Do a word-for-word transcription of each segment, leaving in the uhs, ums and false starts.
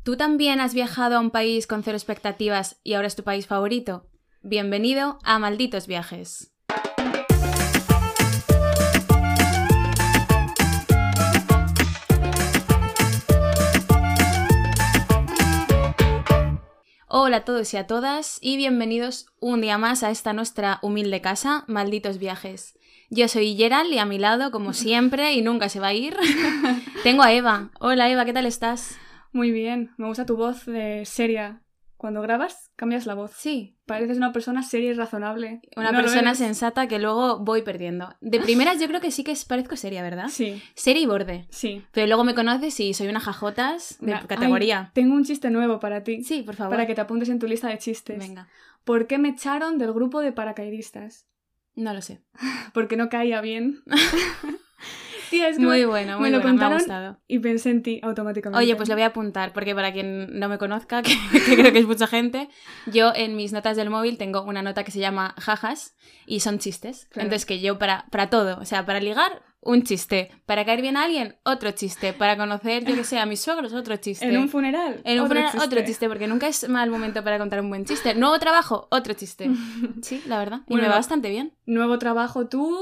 ¿Tú también has viajado a un país con cero expectativas y ahora es tu país favorito? Bienvenido a Malditos Viajes. Hola a todos y a todas y bienvenidos un día más a esta nuestra humilde casa, Malditos Viajes. Yo soy Gerald y a mi lado, como siempre, y nunca se va a ir, tengo a Eva. Hola Eva, ¿qué tal estás? Muy bien, me gusta tu voz de seria. Cuando grabas, cambias la voz. Sí. Pareces una persona seria y razonable. Una ¿No persona sensata que luego voy perdiendo. De primeras yo creo que sí que parezco seria, ¿verdad? Sí. Seria y borde. Sí. Pero luego me conoces y soy una jajotas de Una... categoría. Ay, tengo un chiste nuevo para ti. Sí, por favor. Para que te apuntes en tu lista de chistes. Venga. ¿Por qué me echaron del grupo de paracaidistas? No lo sé. Porque no caía bien. Tía, es que muy me, bueno, muy me lo bueno, contaron me ha gustado. Y pensé en ti automáticamente. Oye, pues lo voy a apuntar, porque para quien no me conozca, que, que creo que es mucha gente, yo en mis notas del móvil tengo una nota que se llama jajas y son chistes. Claro. Entonces que yo para, para todo, o sea, para ligar, un chiste. Para caer bien a alguien, otro chiste. Para conocer, yo que sé, a mis suegros, otro chiste. En un funeral, En un otro funeral, chiste. otro chiste, porque nunca es mal momento para contar un buen chiste. Nuevo trabajo, otro chiste. Sí, la verdad. Y bueno, me va bastante bien. Nuevo trabajo tú...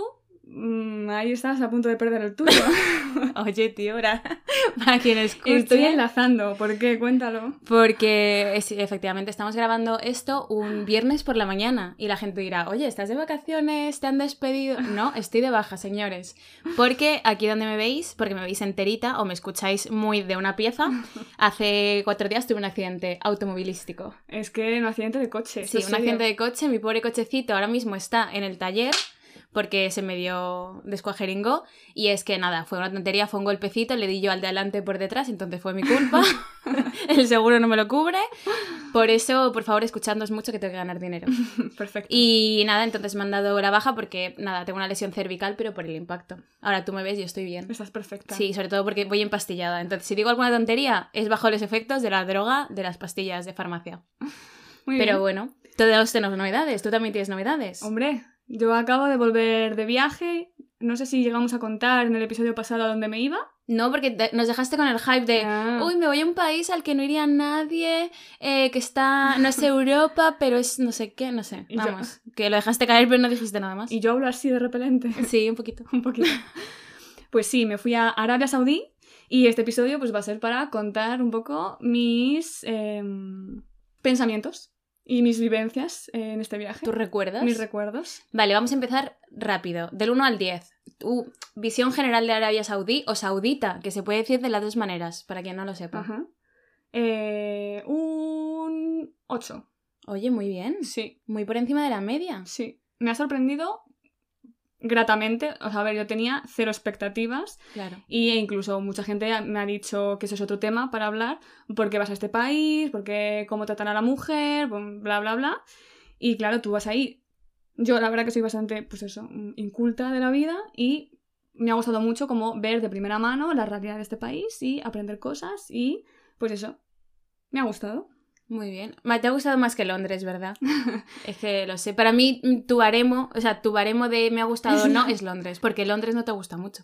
Mm, ahí estás a punto de perder el tuyo. Oye, tío, ahora, para quien escuche... Estoy enlazando, ¿por qué? Cuéntalo. Porque es, efectivamente estamos grabando esto un viernes por la mañana y la gente dirá, oye, ¿estás de vacaciones? ¿Te han despedido? No, estoy de baja, señores. Porque aquí donde me veis, porque me veis enterita o me escucháis muy de una pieza, hace cuatro días tuve un accidente automovilístico. Es que un accidente de coche. Sí, un serio? accidente de coche, mi pobre cochecito ahora mismo está en el taller... porque se me dio descuajeringó y es que nada, fue una tontería, fue un golpecito, le di yo al de adelante por detrás, entonces fue mi culpa, el seguro no me lo cubre, por eso, por favor, escuchadnos mucho que tengo que ganar dinero. Perfecto. Y nada, entonces me han dado la baja porque, nada, tengo una lesión cervical, pero por el impacto. Ahora tú me ves y yo estoy bien. Estás perfecta. Sí, sobre todo porque voy empastillada, entonces si digo alguna tontería es bajo los efectos de la droga de las pastillas de farmacia. Muy pero bien. bueno, todos tenemos novedades, ¿tú también tienes novedades? Hombre... Yo acabo de volver de viaje, no sé si llegamos a contar en el episodio pasado a dónde me iba. No, porque te, nos dejaste con el hype de ah. uy, me voy a un país al que no iría nadie, eh, que está, no es Europa, pero es no sé qué, no sé, y vamos, yo... que lo dejaste caer pero no dijiste nada más. Y yo hablo así de repelente. Sí, un poquito. un poquito. Pues sí, me fui a Arabia Saudí y este episodio pues va a ser para contar un poco mis eh, pensamientos. Y mis vivencias en este viaje. ¿Tú recuerdas? Mis recuerdos. Vale, vamos a empezar rápido. Del uno al diez. Tu visión general de Arabia Saudí o saudita, que se puede decir de las dos maneras, para quien no lo sepa. Ajá. Eh, un ocho. Oye, muy bien. Sí. Muy por encima de la media. Sí. Me ha sorprendido gratamente. O sea, a ver, yo tenía cero expectativas. Claro. Y incluso mucha gente me ha dicho que eso es otro tema para hablar. ¿Por qué vas a este país? ¿Por qué cómo tratan a la mujer? Bla, bla, bla. Y claro, tú vas ahí. Yo la verdad que soy bastante, pues eso, inculta de la vida. Y me ha gustado mucho como ver de primera mano la realidad de este país y aprender cosas. Y pues eso, me ha gustado. Muy bien. Te ha gustado más que Londres, ¿verdad? Es que lo sé. Para mí, tu baremo, o sea, tu baremo de me ha gustado o no es Londres, porque Londres no te gusta mucho.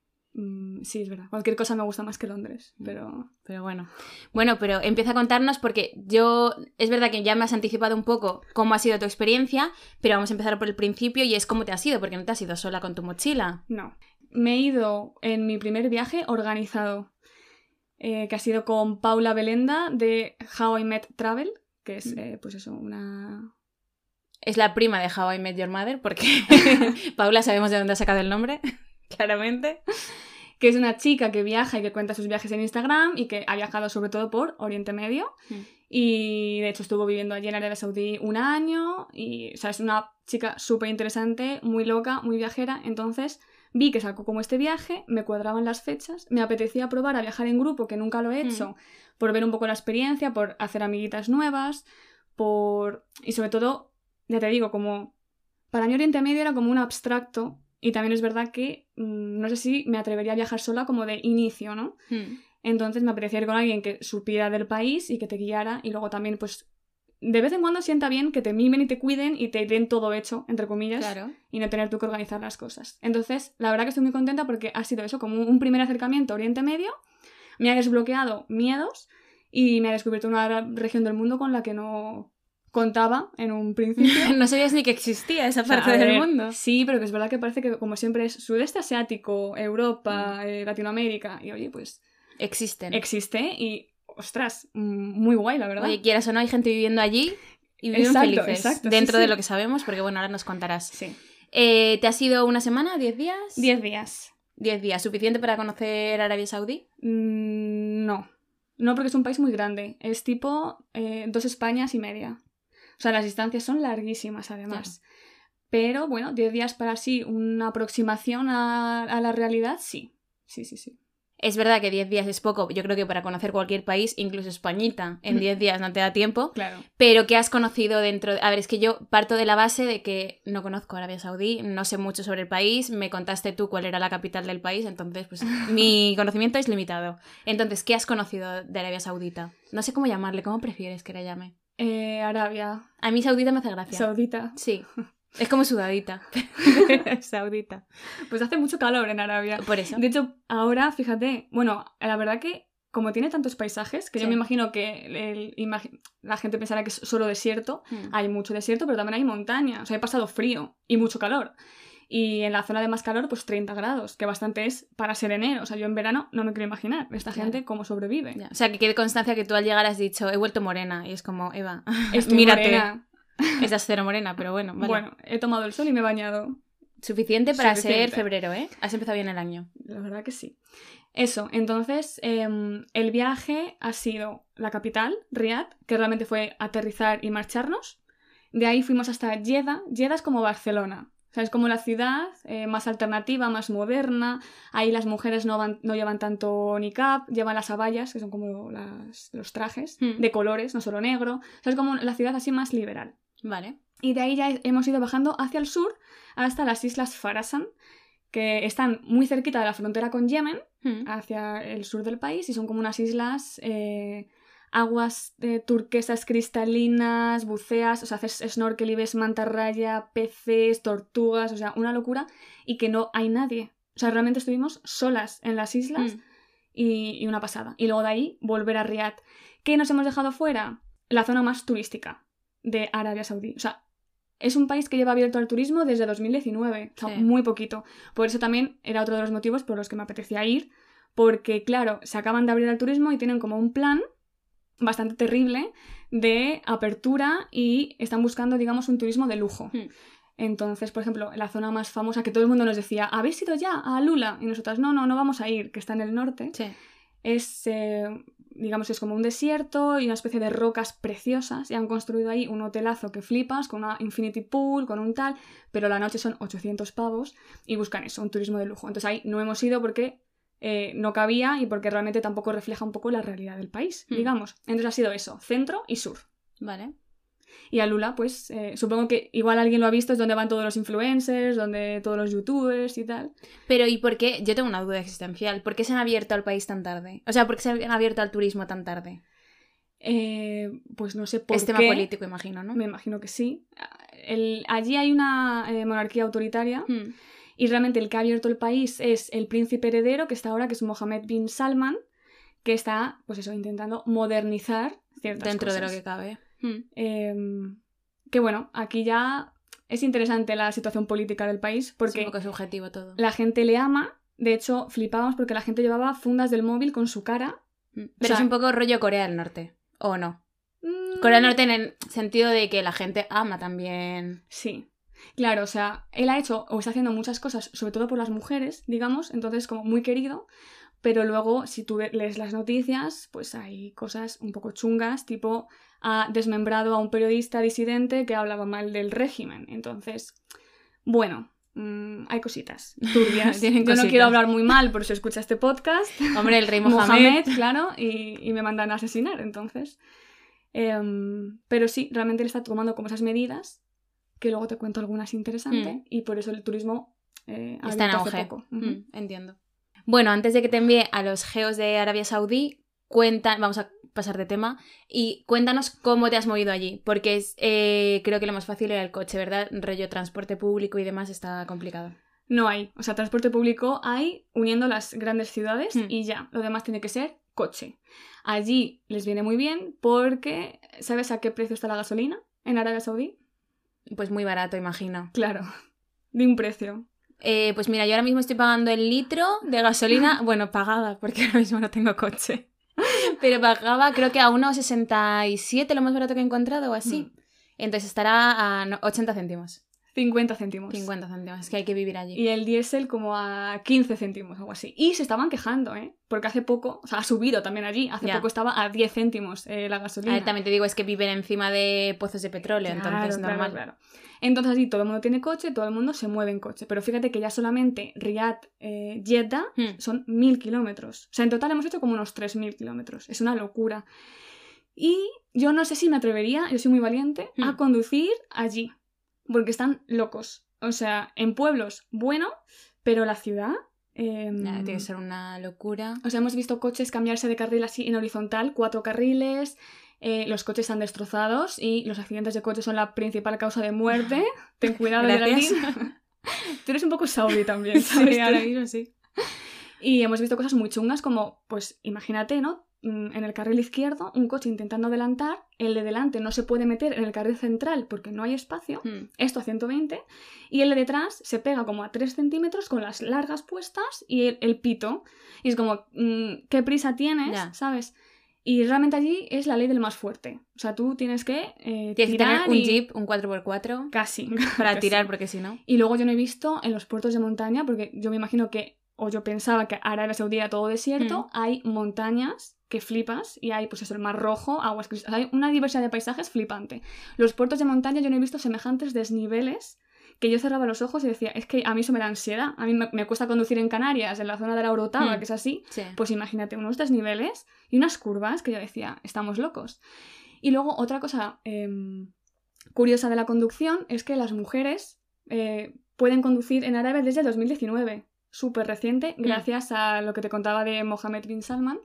Mm, sí, es verdad. Cualquier cosa me gusta más que Londres, pero... Pero bueno. Bueno, pero empieza a contarnos porque yo... Es verdad que ya me has anticipado un poco cómo ha sido tu experiencia, pero vamos a empezar por el principio y es cómo te ha sido, porque no te has ido sola con tu mochila. No. Me he ido en mi primer viaje organizado. Eh, que ha sido con Paula Belenda de How I Met Travel, que es, eh, pues eso, una... Es la prima de How I Met Your Mother, porque Paula sabemos de dónde ha sacado el nombre, claramente. Que es una chica que viaja y que cuenta sus viajes en Instagram y que ha viajado sobre todo por Oriente Medio. Mm. Y de hecho estuvo viviendo allí en Arabia Saudí un año y, o sea, es una chica súper interesante, muy loca, muy viajera, entonces... Vi que sacó como este viaje, me cuadraban las fechas, me apetecía probar a viajar en grupo, que nunca lo he hecho, mm. por ver un poco la experiencia, por hacer amiguitas nuevas, por... Y sobre todo, ya te digo, como... Para mí Oriente Medio era como un abstracto, y también es verdad que mmm, no sé si me atrevería a viajar sola como de inicio, ¿no? Mm. Entonces me apetecía ir con alguien que supiera del país y que te guiara, y luego también, pues... De vez en cuando sienta bien que te mimen y te cuiden y te den todo hecho, entre comillas, claro. Y no tener tú que organizar las cosas. Entonces, la verdad que estoy muy contenta porque ha sido eso, como un primer acercamiento a Oriente Medio, me ha desbloqueado miedos y me ha descubierto una región del mundo con la que no contaba en un principio. No sabías ni que existía esa O sea, parte a del ver, mundo. Sí, pero que es verdad que parece que como siempre es sudeste asiático, Europa, mm. eh, Latinoamérica, y oye, pues... Existen. Existe y, ostras, muy guay, la verdad. Oye, quieras o no, hay gente viviendo allí y viven exacto, felices. Exacto, dentro sí, de sí. lo que sabemos, porque bueno, ahora nos contarás. Sí. Eh, ¿Te ha sido una semana? ¿Diez días? Diez días. ¿Diez días? ¿Suficiente para conocer Arabia Saudí? Mm, no. No, porque es un país muy grande. Es tipo eh, dos Españas y media. O sea, las distancias son larguísimas, además. Claro. Pero, bueno, diez días para sí, una aproximación a, a la realidad, sí. Sí, sí, sí. Es verdad que diez días es poco, yo creo que para conocer cualquier país, incluso Españita, en diez días no te da tiempo. Claro. Pero ¿qué has conocido dentro? De... A ver, es que yo parto de la base de que no conozco Arabia Saudí, no sé mucho sobre el país, me contaste tú cuál era la capital del país, entonces pues mi conocimiento es limitado. Entonces, ¿qué has conocido de Arabia Saudita? No sé cómo llamarle, ¿cómo prefieres que la llame? Eh, Arabia. A mí Saudita me hace gracia. Saudita. Sí. Es como sudadita. Saudita. Pues hace mucho calor en Arabia. Por eso. De hecho, ahora, fíjate, bueno, la verdad que como tiene tantos paisajes, que sí. yo me imagino que el, el, la gente pensará que es solo desierto, mm. hay mucho desierto, pero también hay montaña. O sea, he pasado frío y mucho calor. Y en la zona de más calor, pues treinta grados, que bastante es para ser enero. O sea, yo en verano no me quiero imaginar esta claro. gente cómo sobrevive. Ya. O sea, que quede constancia que tú al llegar has dicho, he vuelto morena. Y es como, Eva, Estoy mírate. Morena. Estás cero morena, pero bueno. Vale. Bueno, he tomado el sol y me he bañado. Suficiente para Suficiente. ser febrero, ¿eh? Has empezado bien el año. La verdad que sí. Eso, entonces, eh, el viaje ha sido la capital, Riad, que realmente fue aterrizar y marcharnos. De ahí fuimos hasta Jeddah. Jeddah es como Barcelona. O sea, es como la ciudad eh, más alternativa, más moderna. Ahí las mujeres no, van, no llevan tanto niqab, llevan las abayas, que son como las, los trajes, mm. de colores, no solo negro. O sea, es como la ciudad así más liberal. Vale. Y de ahí ya hemos ido bajando hacia el sur hasta las islas Farasan, que están muy cerquita de la frontera con Yemen, mm. hacia el sur del país, y son como unas islas, eh, aguas eh, turquesas cristalinas, buceas, o sea, haces snorkel y ves mantarraya, peces, tortugas, o sea, una locura, y que no hay nadie. O sea, realmente estuvimos solas en las islas mm. y, y una pasada. Y luego de ahí volver a Riad. ¿Qué nos hemos dejado fuera? La zona más turística de Arabia Saudí. O sea, es un país que lleva abierto al turismo desde dos mil diecinueve, o sea, sí. muy poquito. Por eso también era otro de los motivos por los que me apetecía ir, porque claro, se acaban de abrir al turismo y tienen como un plan bastante terrible de apertura y están buscando, digamos, un turismo de lujo. Hmm. Entonces, por ejemplo, la zona más famosa que todo el mundo nos decía, ¿habéis ido ya a Lula? Y nosotras, no, no, no vamos a ir, que está en el norte. Sí. Es... Eh, digamos que es como un desierto y una especie de rocas preciosas y han construido ahí un hotelazo que flipas con una infinity pool, con un tal, pero la noche son ochocientos pavos y buscan eso, un turismo de lujo. Entonces ahí no hemos ido porque eh, no cabía y porque realmente tampoco refleja un poco la realidad del país, hmm. digamos. Entonces ha sido eso, centro y sur. Vale. Y a Lula, pues eh, supongo que igual alguien lo ha visto, es donde van todos los influencers, donde todos los youtubers y tal. Pero ¿y por qué? Yo tengo una duda existencial. ¿Por qué se han abierto al país tan tarde? O sea, ¿por qué se han abierto al turismo tan tarde? Eh, pues no sé por es qué. Es tema político, imagino, ¿no? Me imagino que sí. El, allí hay una eh, monarquía autoritaria hmm. y realmente el que ha abierto el país es el príncipe heredero que está ahora, que es Mohammed bin Salman, que está, pues eso, intentando modernizar ciertas Dentro cosas. de lo que cabe. Hmm. Eh, que bueno, aquí ya es interesante la situación política del país porque es un poco subjetivo todo. La gente le ama, de hecho flipábamos porque la gente llevaba fundas del móvil con su cara. Pero o sea, es un poco rollo Corea del Norte, ¿o no? Mmm... Corea del Norte en el sentido de que la gente ama también. Sí, claro, o sea, él ha hecho o está haciendo muchas cosas, sobre todo por las mujeres, digamos, entonces como muy querido. Pero luego, si tú lees las noticias, pues hay cosas un poco chungas, tipo ha desmembrado a un periodista disidente que hablaba mal del régimen. Entonces, bueno, mmm, hay cositas turbias. Yo cositas. No quiero hablar muy mal por si escucha este podcast. Hombre, el rey Mohammed. Mohammed, claro, y, y me mandan a asesinar, entonces. Eh, pero sí, realmente él está tomando como esas medidas, que luego te cuento algunas interesantes, mm. y por eso el turismo eh, ha está en abierto auge. hace poco. Mm, uh-huh. Entiendo. Bueno, antes de que te envíe a los geos de Arabia Saudí, cuenta, vamos a pasar de tema, y cuéntanos cómo te has movido allí, porque es, eh, creo que lo más fácil era el coche, ¿verdad? Rollo transporte público y demás está complicado. No hay, o sea, transporte público hay uniendo las grandes ciudades hmm. y ya, lo demás tiene que ser coche. Allí les viene muy bien porque, ¿sabes a qué precio está la gasolina en Arabia Saudí? Pues muy barato, imagino. Claro, de un precio. Eh, pues mira, yo ahora mismo estoy pagando el litro de gasolina, bueno, pagada, porque ahora mismo no tengo coche. Pero pagaba creo que a uno sesenta y siete, lo más barato que he encontrado o así. Mm. Entonces estará a ochenta céntimos. cincuenta céntimos. cincuenta céntimos, es que hay que vivir allí. Y el diésel como a quince céntimos, algo así. Y se estaban quejando, ¿eh? Porque hace poco, o sea, ha subido también allí. Hace yeah. poco estaba a diez céntimos eh, la gasolina. A ver, también te digo, es que viven encima de pozos de petróleo, claro, entonces claro, normal. Claro. Entonces allí todo el mundo tiene coche, todo el mundo se mueve en coche. Pero fíjate que ya solamente Riyadh, eh, Jeddah hmm. son mil kilómetros. O sea, en total hemos hecho como unos tres mil kilómetros. Es una locura. Y yo no sé si me atrevería, yo soy muy valiente, hmm. a conducir allí. Porque están locos. O sea, en pueblos, bueno, pero la ciudad... Eh, ya, tiene que ser una locura. O sea, hemos visto coches cambiarse de carril así en horizontal, cuatro carriles, eh, los coches están destrozados y los accidentes de coche son la principal causa de muerte. Ten cuidado, Geraldine. Tú eres un poco saudí también, ¿sabes? Sí, ahora mismo sí. Y hemos visto cosas muy chungas como, pues imagínate, ¿no? En el carril izquierdo, un coche intentando adelantar, el de delante no se puede meter en el carril central porque no hay espacio, mm. esto a ciento veinte, y el de detrás se pega como a tres centímetros con las largas puestas y el, el pito. Y es como, mmm, ¿qué prisa tienes? Yeah. ¿Sabes? Y realmente allí es la ley del más fuerte. O sea, tú tienes que eh, tienes tirar que tener un y... jeep, un cuatro por cuatro. Casi. Para Casi. tirar, porque si no... Y luego yo no he visto en los puertos de montaña, porque yo me imagino que, o yo pensaba que Arabia Saudí era todo desierto, mm. hay montañas que flipas y hay, pues eso, el Mar Rojo, aguas cristalinas, hay una diversidad de paisajes flipante. Los puertos de montaña yo no he visto semejantes desniveles que yo cerraba los ojos y decía, es que a mí eso me da ansiedad, a mí me, me cuesta conducir en Canarias, en la zona de la Orotava, mm. que es así, sí. Pues imagínate unos desniveles y unas curvas que yo decía, estamos locos. Y luego otra cosa eh, curiosa de la conducción es que las mujeres eh, pueden conducir en Arabia desde dos mil diecinueve, súper reciente, gracias mm. a lo que te contaba de Mohammed bin Salman.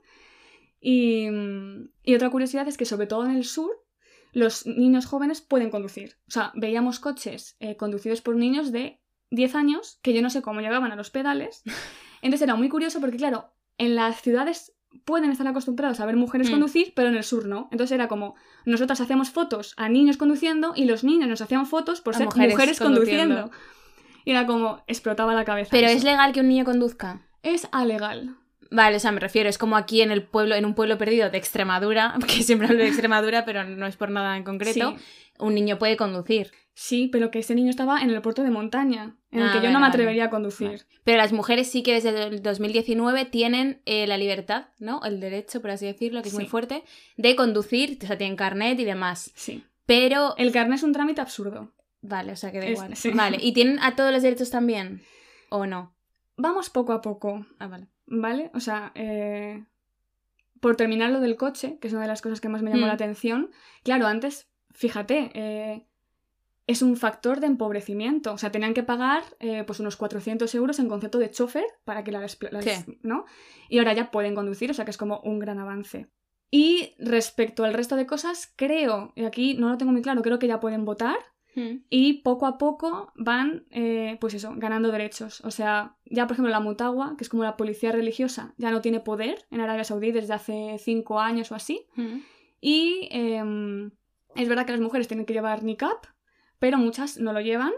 Y, y otra curiosidad es que sobre todo en el sur los niños jóvenes pueden conducir. O sea, veíamos coches eh, conducidos por niños de diez años que yo no sé cómo llegaban a los pedales. Entonces era muy curioso porque, claro, en las ciudades pueden estar acostumbrados a ver mujeres mm. conducir, pero en el sur no. Entonces era como, nosotras hacíamos fotos a niños conduciendo y los niños nos hacían fotos por a ser mujeres, mujeres conduciendo. conduciendo. Y era como, explotaba la cabeza. ¿Pero eso. Es legal que un niño conduzca? Es alegal. Vale, o sea, me refiero, es como aquí en el pueblo, en un pueblo perdido de Extremadura, porque siempre hablo de Extremadura, pero no es por nada en concreto, sí. Un niño puede conducir. Sí, pero que ese niño estaba en el puerto de montaña, en ah, el que vale, yo no me atrevería vale. a conducir. Vale. Pero las mujeres sí que desde el dos mil diecinueve tienen eh, la libertad, ¿no? El derecho, por así decirlo, que es sí. muy fuerte, de conducir, o sea, tienen carnet y demás. Sí. Pero... El carnet es un trámite absurdo. Vale, o sea, que da es, igual. Sí. Vale, ¿y tienen a todos los derechos también? ¿O no? Vamos poco a poco. Ah, vale. ¿Vale? O sea, eh, por terminar lo del coche, que es una de las cosas que más me llamó mm. la atención, claro, antes, fíjate, eh, es un factor de empobrecimiento. O sea, tenían que pagar eh, pues unos cuatrocientos euros en concepto de chofer para que las, las sí. ¿no? Y ahora ya pueden conducir, o sea que es como un gran avance. Y respecto al resto de cosas, creo, y aquí no lo tengo muy claro, creo que ya pueden votar. Y poco a poco van, eh, pues eso, ganando derechos. O sea, ya por ejemplo la Mutawwa, que es como la policía religiosa, ya no tiene poder en Arabia Saudí desde hace cinco años o así. Mm. Y eh, es verdad que las mujeres tienen que llevar niqab, pero muchas no lo llevan.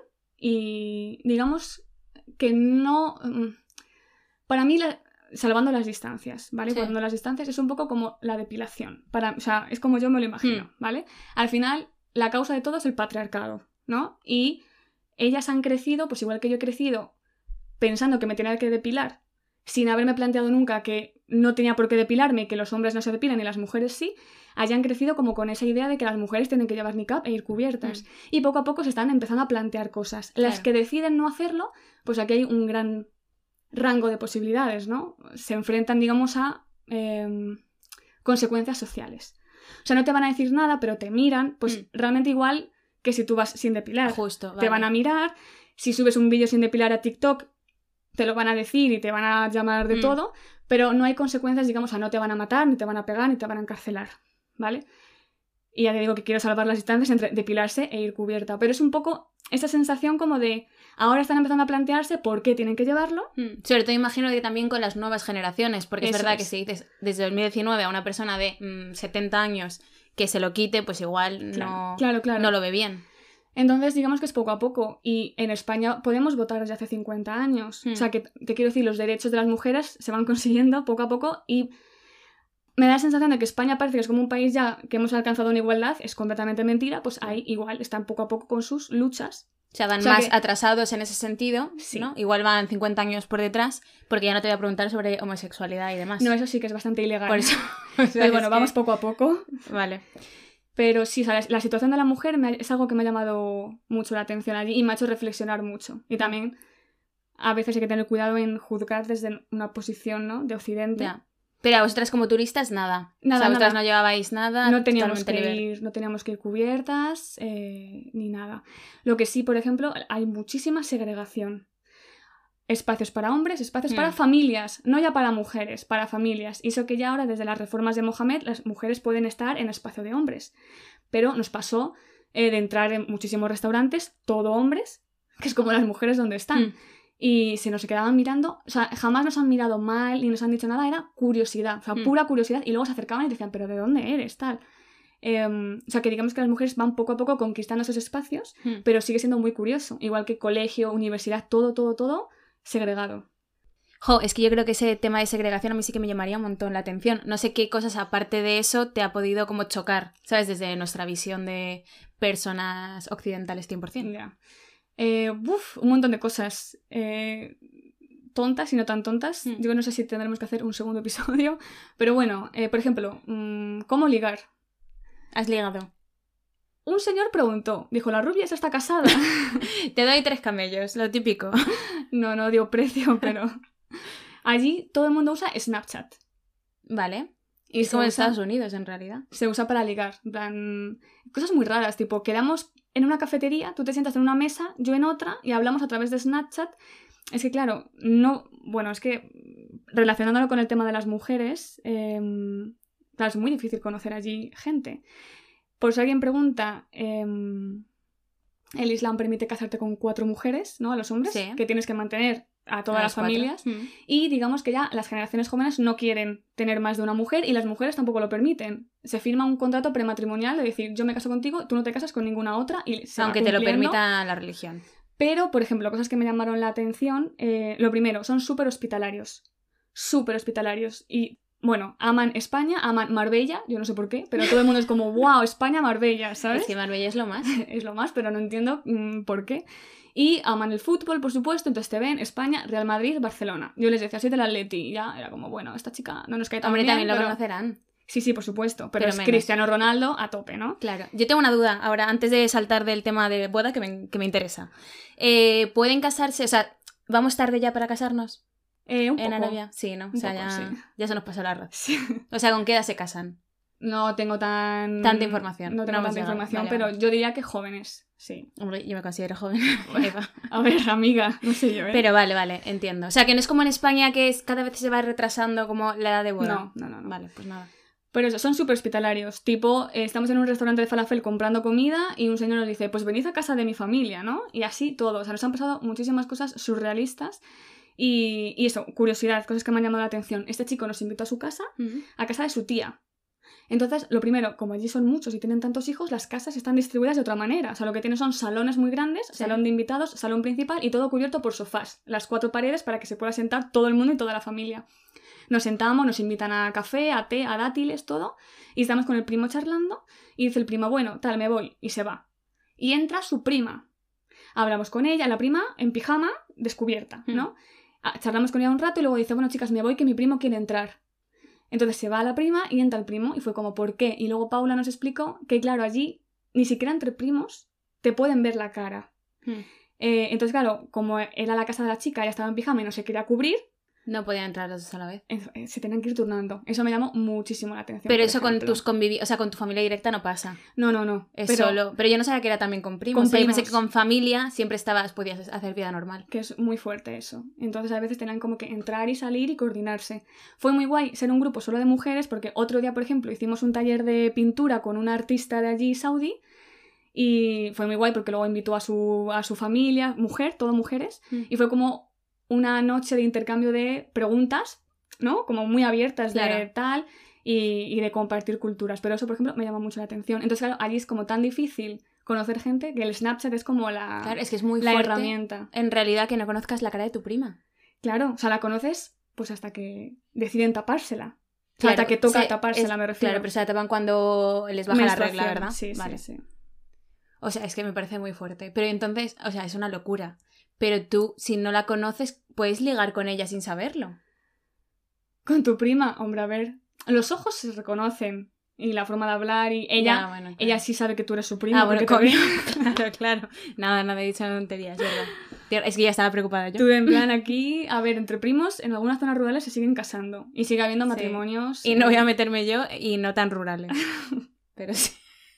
Y digamos que no... Para mí, la, salvando las distancias, ¿vale? Sí. Cuando las distancias es un poco como la depilación. Para, o sea, es como yo me lo imagino, mm. ¿vale? Al final, la causa de todo es el patriarcado, ¿no? Y ellas han crecido, pues igual que yo he crecido, pensando que me tenía que depilar, sin haberme planteado nunca que no tenía por qué depilarme y que los hombres no se depilan y las mujeres sí, hayan crecido como con esa idea de que las mujeres tienen que llevar niqab e ir cubiertas. Mm. Y poco a poco se están empezando a plantear cosas. Claro. Las que deciden no hacerlo, pues aquí hay un gran rango de posibilidades, ¿no? Se enfrentan, digamos, a eh, consecuencias sociales. O sea, no te van a decir nada, pero te miran, pues mm. realmente igual que si tú vas sin depilar. Justo, vale. Te van a mirar, si subes un vídeo sin depilar a TikTok, te lo van a decir y te van a llamar de mm. todo, pero no hay consecuencias, digamos, o sea, no te van a matar, ni te van a pegar, ni te van a encarcelar, ¿vale? Y ya te digo que quiero salvar las distancias entre depilarse e ir cubierta, pero es un poco esa sensación como de ahora están empezando a plantearse por qué tienen que llevarlo. Mm. Sobre todo imagino que también con las nuevas generaciones, porque Eso es verdad es. que si dices desde dos mil diecinueve a una persona de mmm, setenta años que se lo quite, pues igual Claro, no, claro, claro. no lo ve bien. Entonces, digamos que es poco a poco. Y en España podemos votar desde hace cincuenta años. Mm. O sea, que te quiero decir, los derechos de las mujeres se van consiguiendo poco a poco y me da la sensación de que España parece que es como un país ya que hemos alcanzado una igualdad. Es completamente mentira. Pues ahí igual están poco a poco con sus luchas. O sea, van o sea más que... atrasados en ese sentido, sí. ¿no? Igual van cincuenta años por detrás, porque ya no te voy a preguntar sobre homosexualidad y demás. No, eso sí que es bastante ilegal. Por eso. O sea, pero bueno, que... vamos poco a poco. Vale. Pero sí, o sea, la situación de la mujer me ha, es algo que me ha llamado mucho la atención allí y me ha hecho reflexionar mucho. Y también a veces hay que tener cuidado en juzgar desde una posición, ¿no?, de Occidente. Ya. Pero a vosotras como turistas, nada. Nada, o sea, vosotras nada. no llevabais nada. No teníamos, que ir, no teníamos que ir cubiertas, eh, ni nada. Lo que sí, por ejemplo, hay muchísima segregación. Espacios para hombres, espacios mm. para familias, no ya para mujeres, para familias. Y eso que ya ahora, desde las reformas de Mohamed, las mujeres pueden estar en espacio de hombres. Pero nos pasó eh, de entrar en muchísimos restaurantes, todo hombres, que es como las mujeres donde están. Mm. Y se nos quedaban mirando, o sea, jamás nos han mirado mal ni nos han dicho nada, era curiosidad, o sea, mm. pura curiosidad. Y luego se acercaban y decían, ¿pero de dónde eres? Tal. Eh, o sea, que digamos que las mujeres van poco a poco conquistando esos espacios, mm. pero sigue siendo muy curioso. Igual que colegio, universidad, todo, todo, todo segregado. Jo, es que yo creo que ese tema de segregación a mí sí que me llamaría un montón la atención. No sé qué cosas aparte de eso te ha podido como chocar, ¿sabes? Desde nuestra visión de personas occidentales cien por ciento. Yeah. Eh, uf, un montón de cosas. Eh, tontas y no tan tontas. Mm. Yo no sé si tendremos que hacer un segundo episodio. Pero bueno, eh, por ejemplo, mmm, ¿cómo ligar? ¿Has ligado? Un señor preguntó, dijo, ¿la rubia esa está casada? Te doy tres camellos, lo típico. No, no dio precio, pero... Allí todo el mundo usa Snapchat. Vale. Y es como en Estados Unidos, en realidad. Se usa para ligar. En plan, cosas muy raras, tipo, quedamos en una cafetería, tú te sientas en una mesa, yo en otra, y hablamos a través de Snapchat. Es que, claro, no... Bueno, es que relacionándolo con el tema de las mujeres, eh, claro, es muy difícil conocer allí gente. Por si alguien pregunta, eh, el Islam permite casarte con cuatro mujeres, ¿no? A los hombres, sí. Que tienes que mantener a todas a las, las familias. Mm. Y digamos que ya las generaciones jóvenes no quieren tener más de una mujer y las mujeres tampoco lo permiten. Se firma un contrato prematrimonial de decir, yo me caso contigo, tú no te casas con ninguna otra. Y se Aunque te lo permita la religión. Pero, por ejemplo, cosas que me llamaron la atención, eh, lo primero, son súper hospitalarios. Súper hospitalarios. Y... Bueno, aman España, aman Marbella, yo no sé por qué, pero todo el mundo es como, wow, España, Marbella, ¿sabes? Es que Marbella es lo más. Es lo más, pero no entiendo mmm, por qué. Y aman el fútbol, por supuesto, entonces te ven España, Real Madrid, Barcelona. Yo les decía, soy del Atleti, y ya era como, bueno, esta chica no nos cae tan Hombre, bien. Hombre, también lo pero... conocerán. Sí, sí, por supuesto, pero, pero es menos. Cristiano Ronaldo a tope, ¿no? Claro. Yo tengo una duda, ahora, antes de saltar del tema de boda, que me, que me interesa. Eh, ¿Pueden casarse? O sea, ¿vamos tarde ya para casarnos? Eh, un ¿En poco. Arabia? Sí, ¿no? O sea, poco, ya, sí. ya se nos pasó la raza. Sí. O sea, ¿con qué edad se casan? No tengo tan... Tanta información. No tengo no tanta información, vale, pero vale. yo diría que jóvenes, sí. Hombre, yo me considero joven. A ver, amiga, no sé yo, ¿eh? Pero vale, vale, entiendo. O sea, que no es como en España que es, cada vez se va retrasando como la edad de boda. No, no, no. no. Vale, pues nada. Pero eso, son súper hospitalarios. Tipo, eh, estamos en un restaurante de falafel comprando comida y un señor nos dice, pues venid a casa de mi familia, ¿no? Y así todo. O sea, nos han pasado muchísimas cosas surrealistas. Y, y eso, curiosidad, cosas que me han llamado la atención. Este chico nos invitó a su casa, uh-huh. a casa de su tía. Entonces, lo primero, como allí son muchos y tienen tantos hijos, las casas están distribuidas de otra manera. O sea, lo que tienen son salones muy grandes, sí. Salón de invitados, salón principal y todo cubierto por sofás. Las cuatro paredes para que se pueda sentar todo el mundo y toda la familia. Nos sentamos, nos invitan a café, a té, a dátiles, todo. Y estamos con el primo charlando y dice el primo, bueno, tal, me voy. Y se va. Y entra su prima. Hablamos con ella, la prima, en pijama, descubierta, ¿no? Mm. Charlamos con ella un rato y luego dice, bueno, chicas, me voy que mi primo quiere entrar. Entonces se va a la prima y entra el primo y fue como, ¿por qué? Y luego Paula nos explicó que, claro, allí ni siquiera entre primos te pueden ver la cara. Mm. Eh, entonces, claro, como era la casa de la chica, ella estaba en pijama y no se quería cubrir, no podían entrar los dos a la vez. Se tenían que ir turnando. Eso me llamó muchísimo la atención. Pero eso ejemplo. con tus convivi... o sea, con tu familia directa no pasa. No, no, no. Es pero... solo. Pero yo no sabía que era también con primos. Con o sea, primos. Yo pensé que con familia siempre estabas, podías hacer vida normal. Que es muy fuerte eso. Entonces a veces tenían como que entrar y salir y coordinarse. Fue muy guay ser un grupo solo de mujeres porque otro día, por ejemplo, hicimos un taller de pintura con una artista de allí, saudí, Y fue muy guay porque luego invitó a su, a su familia, mujer, todo mujeres, Mm. y fue como una noche de intercambio de preguntas, ¿no? Como muy abiertas de Claro. tal, y, y de compartir culturas. Pero eso, por ejemplo, me llama mucho la atención. Entonces, claro, allí es como tan difícil conocer gente que el Snapchat es como la, Claro, es que es muy la fuerte, herramienta. en realidad, que no conozcas la cara de tu prima. Claro, o sea, la conoces pues hasta que deciden tapársela. O sea, Claro, hasta que toca se- tapársela, es- me refiero. Claro, pero se la tapan cuando les baja la regla, Menstruación, ¿verdad? Sí, Vale. sí, sí. O sea, es que me parece muy fuerte. Pero entonces, o sea, es una locura. Pero tú, si no la conoces, puedes ligar con ella sin saberlo. Con tu prima, hombre, a ver, los ojos se reconocen y la forma de hablar y ella, Ya, bueno, claro. ella sí sabe que tú eres su prima. Ah, bueno, porque te obvio. ve. Claro, claro. Nada, nada, he dicho tonterías, ¿verdad? Tío, es que ya estaba preocupada yo. Tú en plan aquí, a ver, entre primos, en algunas zonas rurales se siguen casando y sigue habiendo Sí. matrimonios. Y no eh, voy a meterme yo y no tan rurales. Pero sí.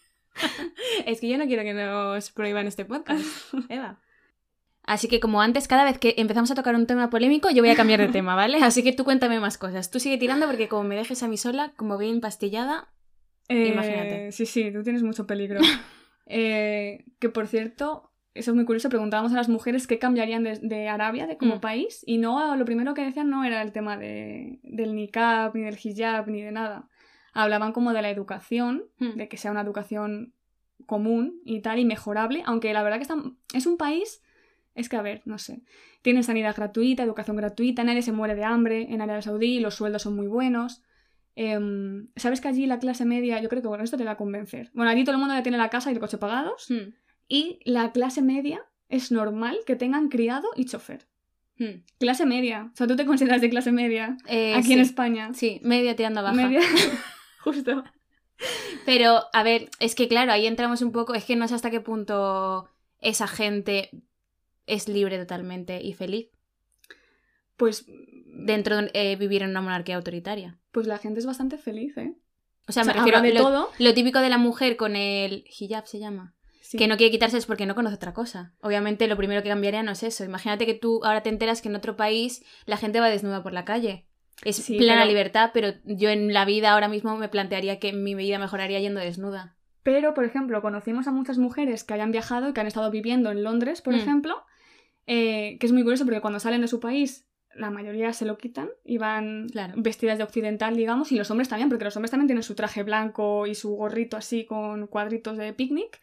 Es que yo no quiero que nos prohíban este podcast, Eva. Así que como antes, cada vez que empezamos a tocar un tema polémico, yo voy a cambiar de tema, ¿vale? Así que tú cuéntame más cosas. Tú sigue tirando porque como me dejes a mí sola, como bien empastillada... eh, Imagínate. Sí, sí, tú tienes mucho peligro. Eh, que por cierto, eso es muy curioso, preguntábamos a las mujeres qué cambiarían de, de Arabia de como Mm. país y no, lo primero que decían no era el tema de, del niqab, ni del hijab, ni de nada. Hablaban como de la educación, Mm. de que sea una educación común y tal, y mejorable, aunque la verdad que está, es un país, es que a ver, no sé, tienen sanidad gratuita, educación gratuita, nadie se muere de hambre en Arabia Saudí, los sueldos son muy buenos. Em, ¿Sabes que allí la clase media, yo creo que bueno, esto te va a convencer? Bueno, allí todo el mundo ya tiene la casa y el coche pagados, Mm. y la clase media es normal que tengan criado y chofer. Mm. Clase media. O sea, ¿tú te consideras de clase media Eh, aquí sí. en España? Sí, media tirando a baja. Media. Justo. Pero, a ver, es que claro, ahí entramos un poco... Es que no sé hasta qué punto esa gente es libre totalmente y feliz Pues, dentro de eh, vivir en una monarquía autoritaria. pues la gente es bastante feliz, ¿eh? O sea, O me sea, refiero habla de lo, todo. lo típico de la mujer con el hijab, se llama. Sí. Que no quiere quitarse es porque no conoce otra cosa. Obviamente lo primero que cambiaría no es eso. Imagínate que tú ahora te enteras que en otro país la gente va desnuda por la calle. Es Sí, plena pero- libertad, pero yo en la vida ahora mismo me plantearía que mi vida mejoraría yendo desnuda. Pero, por ejemplo, conocimos a muchas mujeres que hayan viajado y que han estado viviendo en Londres, por Mm. ejemplo, eh, que es muy curioso porque cuando salen de su país, la mayoría se lo quitan y van Claro. vestidas de occidental, digamos, y los hombres también, porque los hombres también tienen su traje blanco y su gorrito así con cuadritos de picnic.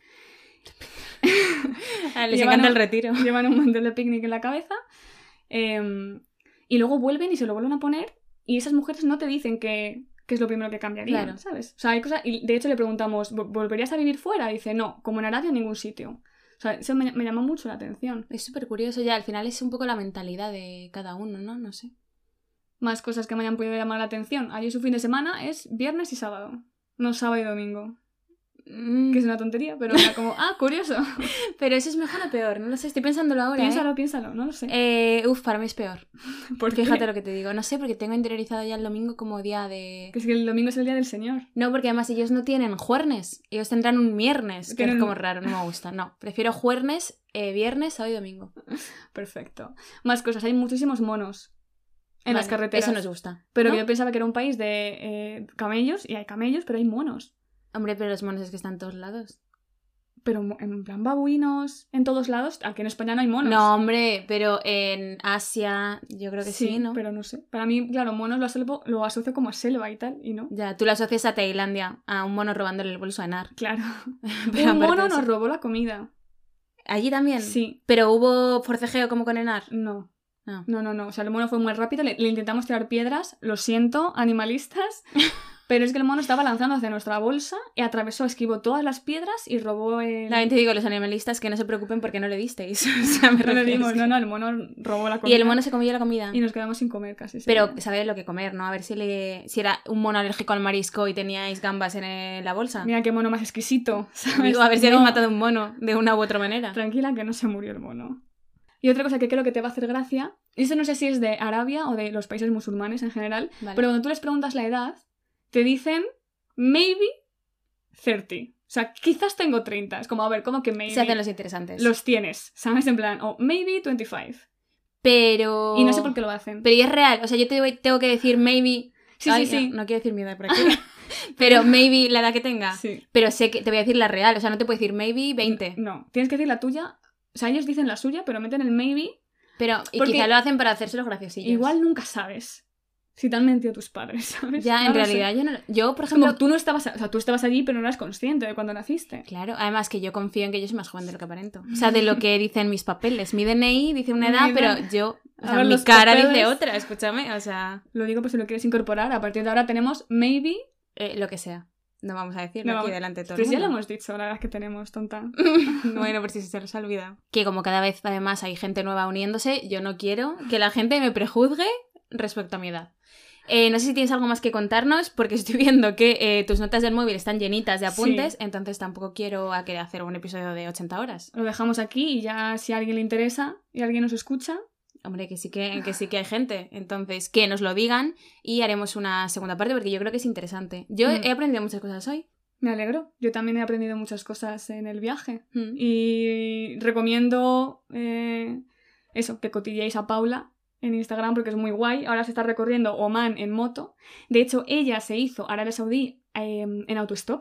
Ah, les Llevan encanta un- el retiro. Llevan un mantel de picnic en la cabeza. eh, y luego vuelven y se lo vuelven a poner y esas mujeres no te dicen que, que es lo primero que cambiarían, Claro. ¿sabes? O sea, hay cosas... Y de hecho le preguntamos, "¿Vol- ¿volverías a vivir fuera?" Y dice, no, como en Arabia en ningún sitio. O sea, eso me, me llamó mucho la atención. Es súper curioso ya, al final es un poco la mentalidad de cada uno, ¿no? No sé. Más cosas que me hayan podido llamar la atención. Allí su fin de semana es viernes y sábado. No sábado y domingo. Mm, Que es una tontería, pero era como, ah, curioso. Pero eso es mejor o peor, no lo sé, estoy pensándolo ahora. Piénsalo, ¿eh? piénsalo, no lo sé. Eh, uf, para mí es peor. ¿Por qué? Fíjate lo que te digo. No sé, porque tengo interiorizado ya el domingo como día de... Que es que el domingo es el día del Señor. No, porque además ellos no tienen juernes. Ellos tendrán un viernes, que Tienen- es como raro, no me gusta. No, prefiero juernes, eh, viernes, sábado y domingo. Perfecto. Más cosas, hay muchísimos monos en las Vale, carreteras. Eso nos gusta. Pero ¿no? que yo pensaba que era un país de eh, camellos, y hay camellos, pero hay monos. Hombre, pero los monos es que están en todos lados. Pero mo- en plan babuinos, en todos lados. Aquí en España no hay monos. No, hombre, pero en Asia yo creo que sí, ¿no? pero no sé. Para mí, claro, monos lo asocio, lo asocio como a selva y tal, y no. Ya, tú lo asocias a Tailandia, a un mono robándole el bolso a Nar. Claro. Pero Un aparte mono de eso- nos robó la comida. ¿Allí también? Sí. ¿Pero hubo forcejeo como con Enar? No. No. No, no, no. O sea, el mono fue muy rápido. Le, le intentamos tirar piedras. Lo siento, animalistas. Pero es que el mono estaba lanzando hacia nuestra bolsa y atravesó, esquivó todas las piedras y robó el... También te digo, los animalistas que no se preocupen porque no le disteis. O sea, me No le refiero, dimos, es que- no, no, el mono robó la comida. Y el mono se comió la comida. Y nos quedamos sin comer casi. ese Pero día. sabéis lo que comer, ¿no? A ver si le si era un mono alérgico al marisco y teníais gambas en eh, la bolsa. Mira qué mono más exquisito, ¿sabes? Digo, a ver si No, habéis matado un mono de una u otra manera. Tranquila que no se murió el mono. Y otra cosa que creo que te va a hacer gracia, y esto no sé si es de Arabia o de los países musulmanes en general, Vale. pero cuando tú les preguntas la edad, te dicen maybe treinta. O sea, quizás tengo treinta. Es como, a ver, ¿cómo que maybe? Se hacen los interesantes. Los tienes, ¿sabes? En plan, o maybe veinticinco. Pero... Y no sé por qué lo hacen. Pero y es real. O sea, yo te voy- tengo que decir maybe... Sí, Ay, sí, sí. No, no quiero decir mierda por aquí. Pero maybe la edad que tenga. Sí. Pero sé que te voy a decir la real, o sea, no te puedo decir maybe veinte. No, tienes que decir la tuya. O sea, ellos dicen la suya, pero meten el maybe. Pero y Porque quizá lo hacen para hacerse los graciosillos. Igual nunca sabes si te han mentido tus padres, ¿sabes? Ya, No en lo realidad sé. yo no... Yo, por Es ejemplo... como tú no estabas... O sea, tú estabas allí, pero no eras consciente de cuando naciste. Claro, además que yo confío en que yo soy más joven de lo que aparento. O sea, de lo que dicen mis papeles. Mi D N I dice una edad, Mi pero D- yo... O A sea, ver, mi los cara papeles- dice otra, escúchame, o sea... Lo digo por si lo quieres incorporar. A partir de ahora tenemos maybe... eh, lo que sea. No vamos a decirlo No, aquí vamos- delante de todo el Pues ya lo mundo. hemos dicho, la edad que tenemos, tonta. Bueno, por si se los ha olvidado. Que como cada vez además hay gente nueva uniéndose, yo no quiero que la gente me prejuzgue respecto a mi edad. Eh, no sé si tienes algo más que contarnos, porque estoy viendo que eh, tus notas del móvil están llenitas de apuntes, Sí. entonces tampoco quiero a que hacer un episodio de ochenta horas. Lo dejamos aquí y ya si a alguien le interesa y alguien nos escucha... Hombre, que sí que, que sí que hay gente. Entonces, que nos lo digan y haremos una segunda parte, porque yo creo que es interesante. Yo Mm. he aprendido muchas cosas hoy. Me alegro. Yo también he aprendido muchas cosas en el viaje. Mm. Y recomiendo eh, eso, que cotilleéis a Paula en Instagram porque es muy guay. Ahora se está recorriendo Omán en moto. De hecho, ella se hizo Arabia Saudí eh, en autostop.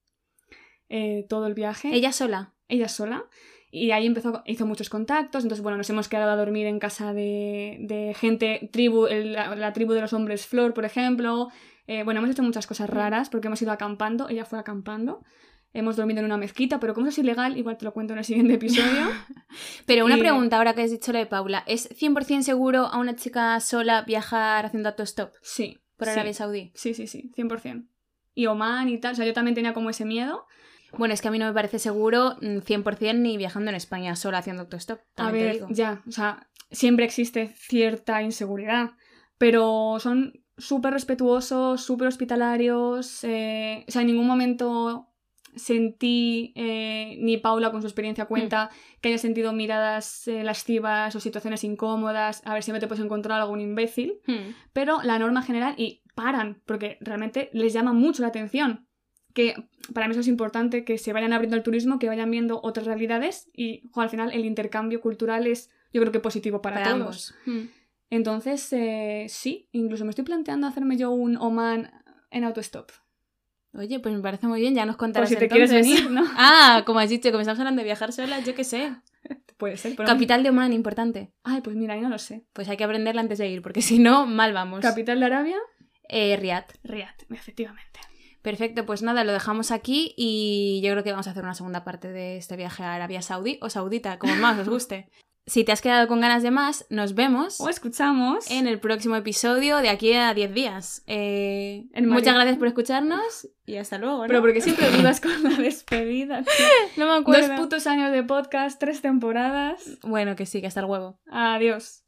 Eh, todo el viaje. Ella sola. Ella sola. Y ahí empezó, hizo muchos contactos. Entonces, bueno, nos hemos quedado a dormir en casa de, de gente, tribu, el- la, la tribu de los hombres Flor, por ejemplo. Eh, bueno, hemos hecho muchas cosas raras porque hemos ido acampando. Ella fue acampando. Hemos dormido en una mezquita, pero como eso es ilegal, igual te lo cuento en el siguiente episodio. Pero una Y- pregunta ahora que has dicho lo de Paula. ¿Es cien por ciento seguro a una chica sola viajar haciendo autostop Sí. por sí. Arabia Saudí? Sí, sí, sí, cien por ciento. Y Oman y tal. O sea, yo también tenía como ese miedo. Bueno, es que a mí no me parece seguro mm, cien por ciento ni viajando en España sola haciendo autostop. A también te ver, digo. ya, o sea, siempre existe cierta inseguridad, pero son súper respetuosos, súper hospitalarios, eh, o sea, en ningún momento sentí, eh, ni Paula con su experiencia cuenta, que haya sentido miradas eh, lascivas o situaciones incómodas, a ver, siempre te puedes encontrar algún imbécil, Hmm. pero la norma general, y paran, porque realmente les llama mucho la atención. Que para mí eso es importante, que se vayan abriendo al turismo, que vayan viendo otras realidades y jo, al final el intercambio cultural es, yo creo que positivo para, Para todos. ambos. Hmm. Entonces, eh, sí, incluso me estoy planteando hacerme yo un Oman en autostop. Oye, pues me parece muy bien, ya nos Por contarás si te entonces. quieres venir, ¿no? Ah, como has dicho, como estamos hablando de viajar sola, yo qué sé. Puede ser. Pero Capital de Oman, importante. Ay, pues mira, ahí no lo sé. Pues hay que aprenderla antes de ir, porque si no, mal vamos. Capital de Arabia, Eh, Riad. Riad, efectivamente. Perfecto, pues nada, lo dejamos aquí y yo creo que vamos a hacer una segunda parte de este viaje a Arabia Saudí o Saudita, como más os guste. Si te has quedado con ganas de más, nos vemos O escuchamos en el próximo episodio de aquí a diez días. Eh, En muchas Madrid. gracias por escucharnos y hasta luego, ¿no? Pero porque siempre dudas con la despedida, tío. no me acuerdo. Dos putos años de podcast, tres temporadas. Bueno, que sí, que hasta el huevo. Adiós.